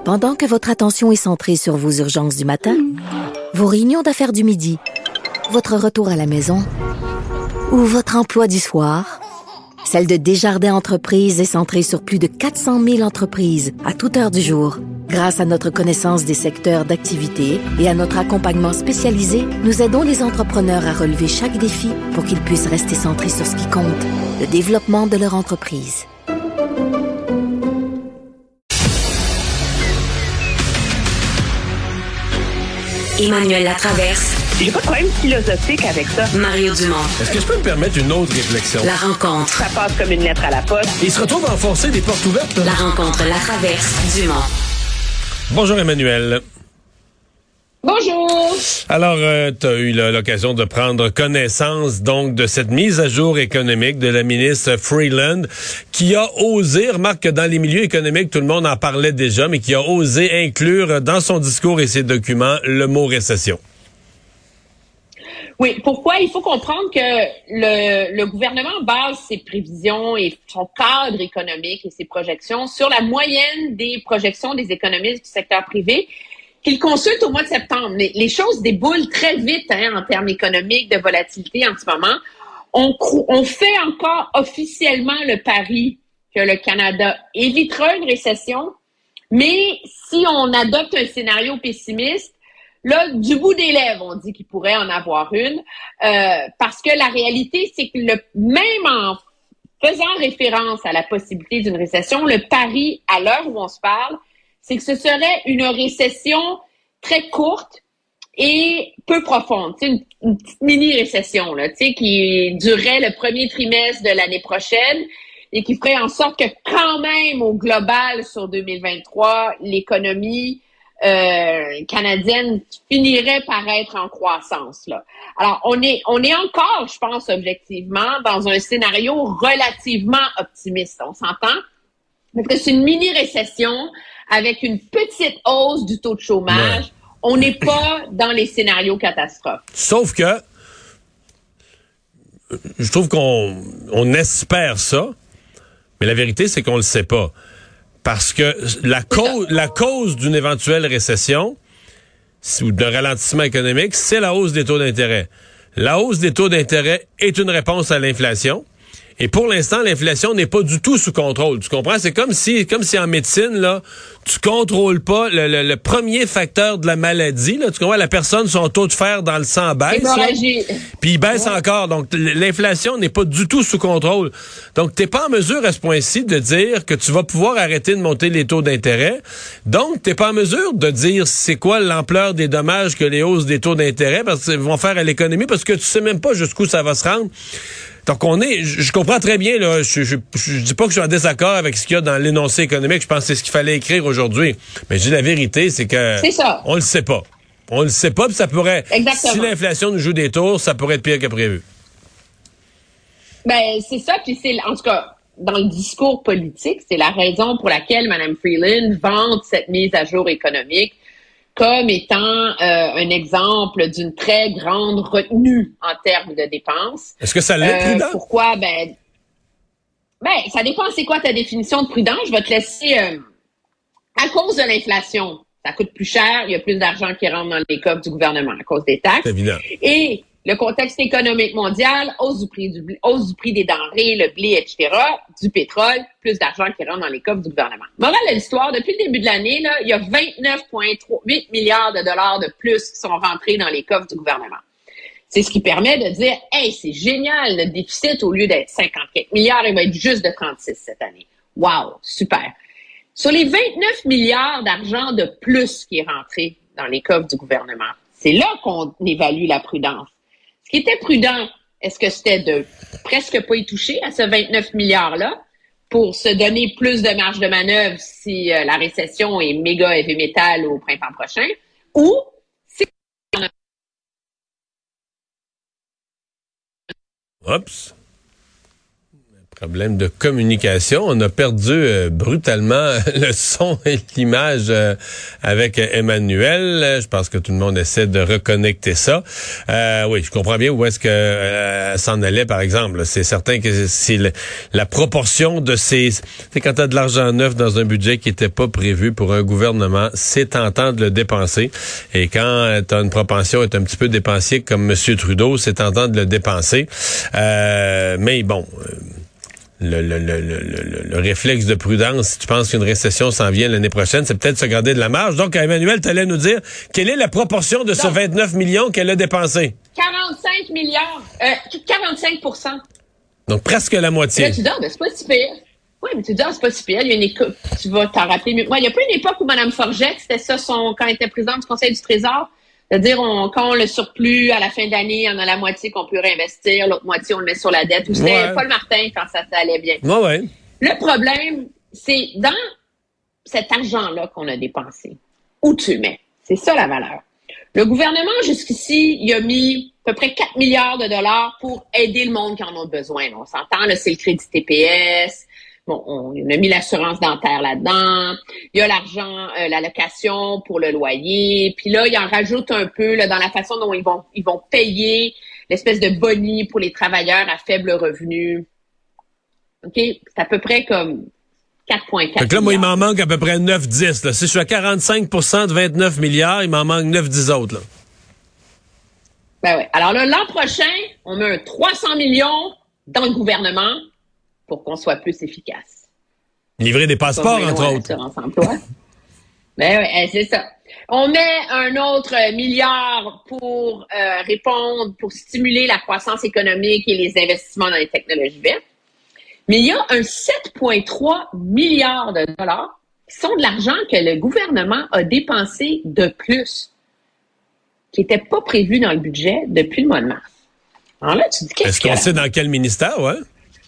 Pendant que votre attention est centrée sur vos urgences du matin, vos réunions d'affaires du midi, votre retour à la maison ou votre emploi du soir, celle de Desjardins Entreprises est centrée sur plus de 400 000 entreprises à toute heure du jour. Grâce à notre connaissance des secteurs d'activité et à notre accompagnement spécialisé, nous aidons les entrepreneurs à relever chaque défi pour qu'ils puissent rester centrés sur ce qui compte, le développement de leur entreprise. Emmanuel Latraverse. J'ai pas de problème philosophique avec ça. Mario Dumont. Est-ce que je peux me permettre une autre réflexion? La rencontre. Ça passe comme une lettre à la poste. Il se retrouve à enfoncer des portes ouvertes. Là. La rencontre Latraverse Dumont. Bonjour Emmanuel. Bonjour! Alors, tu as eu l'occasion de prendre connaissance donc de cette mise à jour économique de la ministre Freeland qui a osé, remarque que dans les milieux économiques, tout le monde en parlait déjà, mais qui a osé inclure dans son discours et ses documents le mot récession. Oui, pourquoi? Il faut comprendre que le gouvernement base ses prévisions et son cadre économique et ses projections sur la moyenne des projections des économistes du secteur privé qu'il consulte au mois de septembre. Les choses déboulent très vite en termes économiques, de volatilité en ce moment. On fait encore officiellement le pari que le Canada évitera une récession, mais si on adopte un scénario pessimiste, là, du bout des lèvres, on dit qu'il pourrait en avoir une, parce que la réalité, c'est que même en faisant référence à la possibilité d'une récession, le pari, à l'heure où on se parle, c'est que ce serait une récession très courte et peu profonde, une petite mini-récession là, qui durerait le premier trimestre de l'année prochaine et qui ferait en sorte que quand même, au global, sur 2023, l'économie canadienne finirait par être en croissance là. Alors, on est encore, je pense, objectivement, dans un scénario relativement optimiste. On s'entend? Parce que c'est une mini-récession avec une petite hausse du taux de chômage. Ouais. On n'est pas dans les scénarios catastrophes. Sauf que je trouve qu'on espère ça, mais la vérité, c'est qu'on le sait pas. Parce que la cause d'une éventuelle récession ou d'un ralentissement économique, c'est la hausse des taux d'intérêt. La hausse des taux d'intérêt est une réponse à l'inflation. Et pour l'instant, l'inflation n'est pas du tout sous contrôle. Tu comprends? C'est comme si en médecine, là, tu contrôles pas le premier facteur de la maladie. Là, tu comprends? La personne, son taux de fer dans le sang baisse. Puis il baisse encore. Donc, l'inflation n'est pas du tout sous contrôle. Donc, t'es pas en mesure à ce point-ci de dire que tu vas pouvoir arrêter de monter les taux d'intérêt. Donc, t'es pas en mesure de dire c'est quoi l'ampleur des dommages que les hausses des taux d'intérêt vont faire à l'économie parce que tu sais même pas jusqu'où ça va se rendre. Donc, je comprends très bien, là, je dis pas que je suis en désaccord avec ce qu'il y a dans l'énoncé économique, je pense que c'est ce qu'il fallait écrire aujourd'hui. Mais je dis la vérité, c'est que... C'est ça. On le sait pas. On le sait pas, puis ça pourrait... Exactement. Si l'inflation nous joue des tours, ça pourrait être pire que prévu. Ben, c'est ça, puis c'est, en tout cas, dans le discours politique, c'est la raison pour laquelle Mme Freeland vante cette mise à jour économique comme étant un exemple d'une très grande retenue en termes de dépenses. Est-ce que ça l'est prudent? Pourquoi? Ben, ça dépend c'est quoi ta définition de prudent. Je vais te laisser... à cause de l'inflation, ça coûte plus cher, il y a plus d'argent qui rentre dans les coffres du gouvernement à cause des taxes. C'est évident. Et le contexte économique mondial, hausse du prix des denrées, le blé, etc., du pétrole, plus d'argent qui rentre dans les coffres du gouvernement. Morale de l'histoire, depuis le début de l'année, là, il y a 29,8 milliards de dollars de plus qui sont rentrés dans les coffres du gouvernement. C'est ce qui permet de dire, hey, c'est génial, le déficit, au lieu d'être 54 milliards, il va être juste de 36 cette année. Wow, super. Sur les 29 milliards d'argent de plus qui est rentré dans les coffres du gouvernement, c'est là qu'on évalue la prudence. Ce qui était prudent, est-ce que c'était de presque pas y toucher à ce 29 milliards-là pour se donner plus de marge de manœuvre si la récession est méga heavy metal au printemps prochain, ou c'est... Oups. Problème de communication. On a perdu brutalement le son et l'image avec Emmanuel. Je pense que tout le monde essaie de reconnecter ça. Oui, je comprends bien où est-ce que elle s'en allait, par exemple. C'est certain que c'est la proportion de ces... C'est quand tu as de l'argent neuf dans un budget qui n'était pas prévu pour un gouvernement, c'est tentant de le dépenser. Et quand tu as une propension à être un petit peu dépensier comme M. Trudeau, c'est tentant de le dépenser. Mais bon... Le réflexe de prudence, si tu penses qu'une récession s'en vient l'année prochaine, c'est peut-être se garder de la marge. Donc, Emmanuel, tu allais nous dire quelle est la proportion de ce 29 millions qu'elle a dépensé? 45 milliards, 45%. Donc, presque la moitié. Là, tu dis, ben, c'est pas si pire. Oui, mais tu dis, c'est pas si pire. Il y a une époque, tu vas t'en rappeler mieux. Moi, il y a pas une époque où Mme Forget, c'était ça quand elle était présidente du Conseil du Trésor. C'est-à-dire, quand le surplus, à la fin de l'année, on a la moitié qu'on peut réinvestir, l'autre moitié, on le met sur la dette. Ou c'était Paul Martin quand ça allait bien. Ouais. Le problème, c'est dans cet argent-là qu'on a dépensé, où tu le mets. C'est ça la valeur. Le gouvernement, jusqu'ici, il a mis à peu près 4 milliards de dollars pour aider le monde qui en a besoin. On s'entend, là, c'est le crédit TPS. Bon, on a mis l'assurance dentaire là-dedans. Il y a l'argent, l'allocation pour le loyer. Puis là, il en rajoute un peu là, dans la façon dont ils vont payer l'espèce de boni pour les travailleurs à faible revenu. OK? C'est à peu près comme 4,4 Donc là, moi, il m'en manque à peu près 9-10. Là. Si je suis à 45% de 29 milliards, il m'en manque 9-10 autres. Là. Ben ouais. Alors là, l'an prochain, on met un 300 millions dans le gouvernement pour qu'on soit plus efficace. Livrer des passeports, entre autres. Emploi. Ben oui, c'est ça. On met un autre milliard pour répondre, pour stimuler la croissance économique et les investissements dans les technologies vertes. Mais il y a un 7,3 milliards de dollars qui sont de l'argent que le gouvernement a dépensé de plus, qui n'était pas prévu dans le budget depuis le mois de mars. Alors là, tu dis Est-ce qu'on sait dans quel ministère, ouais?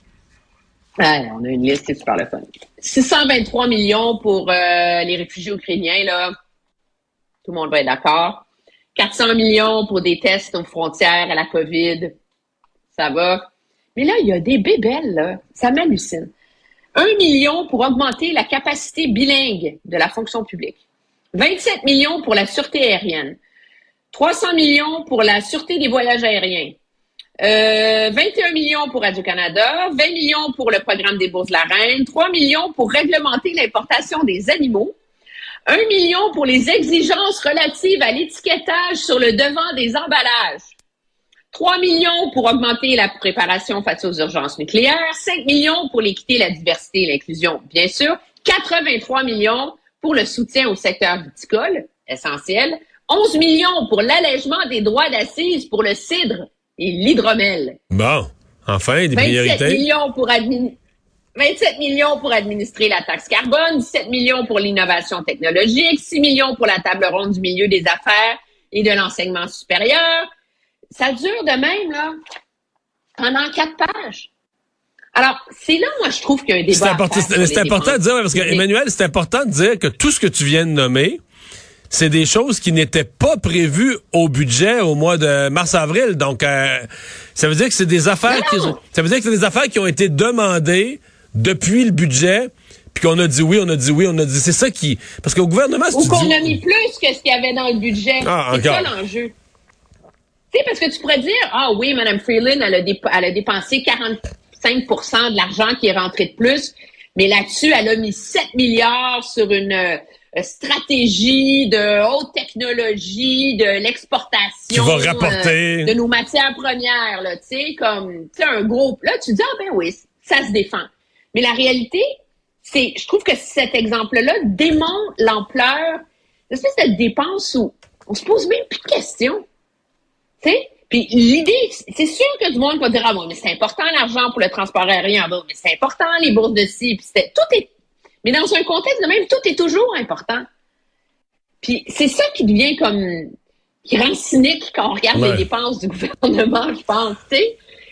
Ah, on a une liste, c'est super le fun. 623 millions pour les réfugiés ukrainiens, là. Tout le monde va être d'accord. 400 millions pour des tests aux frontières à la COVID. Ça va. Mais là, il y a des bébelles, là. Ça m'hallucine. 1 million pour augmenter la capacité bilingue de la fonction publique. 27 millions pour la sûreté aérienne. 300 millions pour la sûreté des voyages aériens. 21 millions pour Radio-Canada, 20 millions pour le programme des bourses de la Reine, 3 millions pour réglementer l'importation des animaux, 1 million pour les exigences relatives à l'étiquetage sur le devant des emballages, 3 millions pour augmenter la préparation face aux urgences nucléaires, 5 millions pour l'équité, la diversité et l'inclusion, bien sûr, 83 millions pour le soutien au secteur viticole, essentiel, 11 millions pour l'allègement des droits d'assises pour le cidre et l'hydromel. Bon, enfin, des priorités. 27 millions pour administrer la taxe carbone, 17 millions pour l'innovation technologique, 6 millions pour la table ronde du milieu des affaires et de l'enseignement supérieur. Ça dure de même, là, pendant 4 pages. Alors, c'est là, moi, je trouve qu'il y a un débat. C'est important de dire, parce que, Emmanuel, c'est important de dire que tout ce que tu viens de nommer, c'est des choses qui n'étaient pas prévues au budget au mois de mars-avril. Donc, ça veut dire que c'est des affaires qui ont été demandées depuis le budget, puis qu'on a dit oui, on a dit. C'est ça qui... Parce qu'au gouvernement... Ou qu'on a mis plus que ce qu'il y avait dans le budget. C'est ça l'enjeu. Tu sais, parce que tu pourrais dire, ah oui, Mme Freeland, elle a dépensé 45% de l'argent qui est rentré de plus, mais là-dessus, elle a mis 7 milliards sur une... stratégie de haute technologie, de l'exportation qui va rapporter de nos matières premières, là, tu sais, comme, tu sais, un gros... Là, tu dis, ah ben oui, ça se défend. Mais la réalité, je trouve que cet exemple-là démontre l'ampleur d'une espèce de dépense où on se pose même plus de questions, tu sais. Puis l'idée, c'est sûr que du monde va dire, ah bon, mais c'est important l'argent pour le transport aérien, ah bon, mais c'est important les bourses de ci, puis tout est... Mais dans un contexte de même, tout est toujours important. Puis c'est ça qui devient qui rend cynique quand on regarde les dépenses du gouvernement, je pense, tu sais.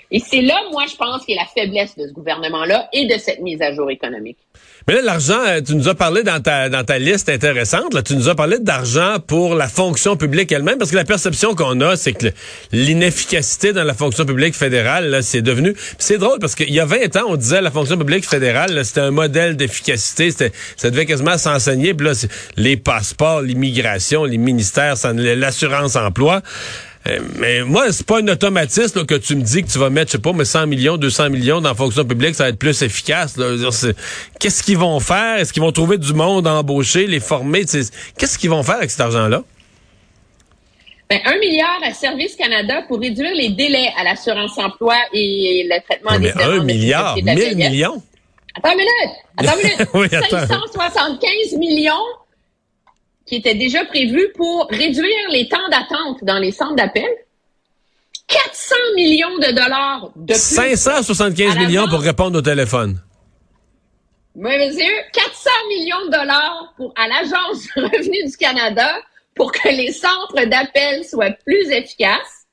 Et c'est là, moi, je pense, qu'est la faiblesse de ce gouvernement-là et de cette mise à jour économique. Mais là, l'argent, tu nous as parlé dans ta liste intéressante, là, tu nous as parlé d'argent pour la fonction publique elle-même, parce que la perception qu'on a, c'est que l'inefficacité dans la fonction publique fédérale, là, c'est devenu... C'est drôle, parce qu'il y a 20 ans, on disait la fonction publique fédérale, là, c'était un modèle d'efficacité, ça devait quasiment s'enseigner, puis là, les passeports, l'immigration, les ministères, l'assurance-emploi... Mais moi, c'est pas un automatisme là, que tu me dis que tu vas mettre, je sais pas, mais 100 millions, 200 millions dans la fonction publique, ça va être plus efficace. Là. Qu'est-ce qu'ils vont faire? Est-ce qu'ils vont trouver du monde à embaucher, les former? Qu'est-ce qu'ils vont faire avec cet argent-là? Ben, 1 milliard à Service Canada pour réduire les délais à l'assurance-emploi et le traitement des demandes. 1 milliard? 1000 millions? Attends une minute! Oui, attends. 575 millions qui était déjà prévu pour réduire les temps d'attente dans les centres d'appel. 400 millions de dollars de plus. 575 millions pour répondre au téléphone. Oui, monsieur. 400 millions de dollars à l'Agence du revenu du Canada pour que les centres d'appel soient plus efficaces.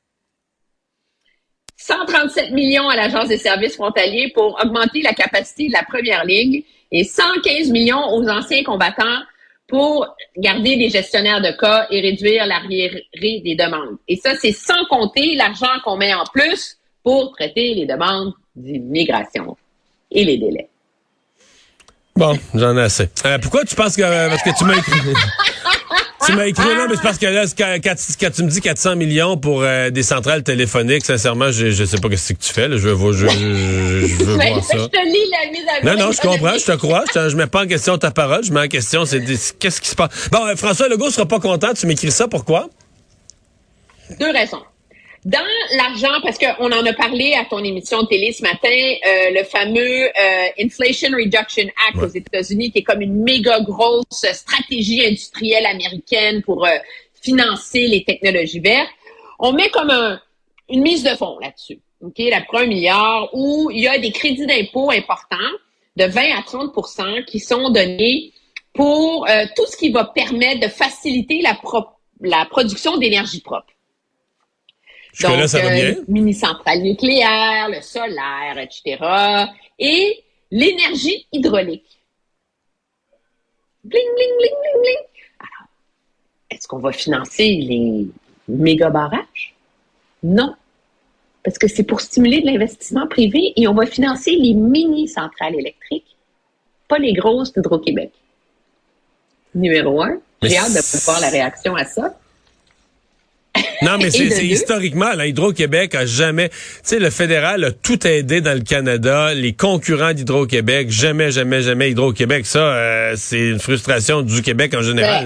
137 millions à l'Agence des services frontaliers pour augmenter la capacité de la première ligne et 115 millions aux anciens combattants pour garder des gestionnaires de cas et réduire l'arriéré des demandes. Et ça, c'est sans compter l'argent qu'on met en plus pour traiter les demandes d'immigration et les délais. Bon, j'en ai assez. Pourquoi tu penses que... parce que tu m'as écrit... Tu m'as écrit, non, mais c'est parce que là, quand tu me dis 400 millions pour des centrales téléphoniques, sincèrement, je sais pas ce que tu fais, là. Je veux voir ça. Je te lis la mise à jour. Non, je comprends, je te crois. Je mets pas en question ta parole. Je mets en question, qu'est-ce qui se passe. Bon, François Legault sera pas content. Tu m'écris ça, pourquoi? 2 raisons. Dans l'argent, parce qu'on en a parlé à ton émission de télé ce matin, le fameux Inflation Reduction Act aux États-Unis, qui est comme une méga grosse stratégie industrielle américaine pour financer les technologies vertes. On met comme une mise de fonds là-dessus, ok, là pour 1 milliard, où il y a des crédits d'impôt importants de 20 à 30% qui sont donnés pour tout ce qui va permettre de faciliter la production d'énergie propre. Donc, là, ça va bien. Mini-centrales nucléaires, le solaire, etc. Et l'énergie hydraulique. Bling, bling, bling, bling, bling. Alors, est-ce qu'on va financer les méga barrages? Non. Parce que c'est pour stimuler de l'investissement privé et on va financer les mini-centrales électriques, pas les grosses d'Hydro-Québec. Numéro 1. J'ai hâte de voir la réaction à ça. Non, mais c'est historiquement, là, Hydro-Québec a jamais... Tu sais, le fédéral a tout aidé dans le Canada. Les concurrents d'Hydro-Québec, jamais Hydro-Québec. Ça, c'est une frustration du Québec en général.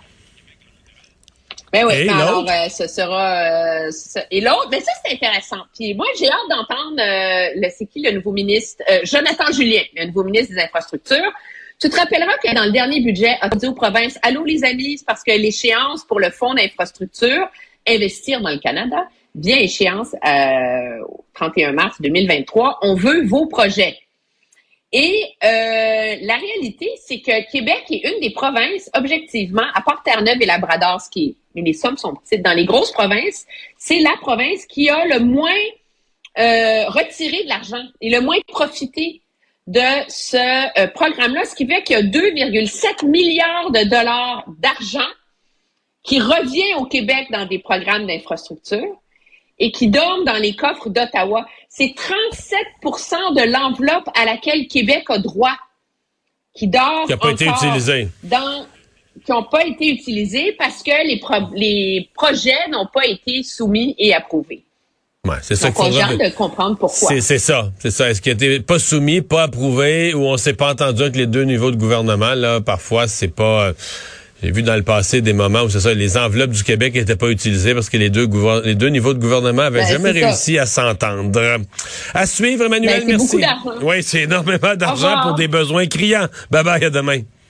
Ce sera... et l'autre, mais ça, c'est intéressant. Puis moi, j'ai hâte d'entendre, c'est qui le nouveau ministre? Jonathan Julien, le nouveau ministre des Infrastructures. Tu te rappelleras que dans le dernier budget, a dit aux provinces, allô les amis, c'est parce que l'échéance pour le fonds d'infrastructure, investir dans le Canada, vient échéance au 31 mars 2023. On veut vos projets. Et la réalité, c'est que Québec est une des provinces, objectivement, à part Terre-Neuve et Labrador, mais les sommes sont petites. Dans les grosses provinces, c'est la province qui a le moins retiré de l'argent et le moins profité de ce programme-là, ce qui fait qu'il y a 2,7 milliards de dollars d'argent qui revient au Québec dans des programmes d'infrastructure et qui dorment dans les coffres d'Ottawa. C'est 37% de l'enveloppe à laquelle Québec a droit qui dort qui n'a pas été utilisée. Qui n'ont pas été utilisés parce que les projets n'ont pas été soumis et approuvés. Ouais, c'est ça qu'il faudra de comprendre pourquoi. C'est ça. Est-ce qu'il n'était pas soumis, pas approuvé, ou on s'est pas entendu avec les deux niveaux de gouvernement? Là, parfois, c'est pas... J'ai vu dans le passé des moments où c'est ça, les enveloppes du Québec n'étaient pas utilisées parce que les deux niveaux de gouvernement avaient jamais réussi à s'entendre. À suivre, Emmanuel, merci. Beaucoup d'argent. Oui, c'est énormément d'argent pour des besoins criants. Bye bye, à demain.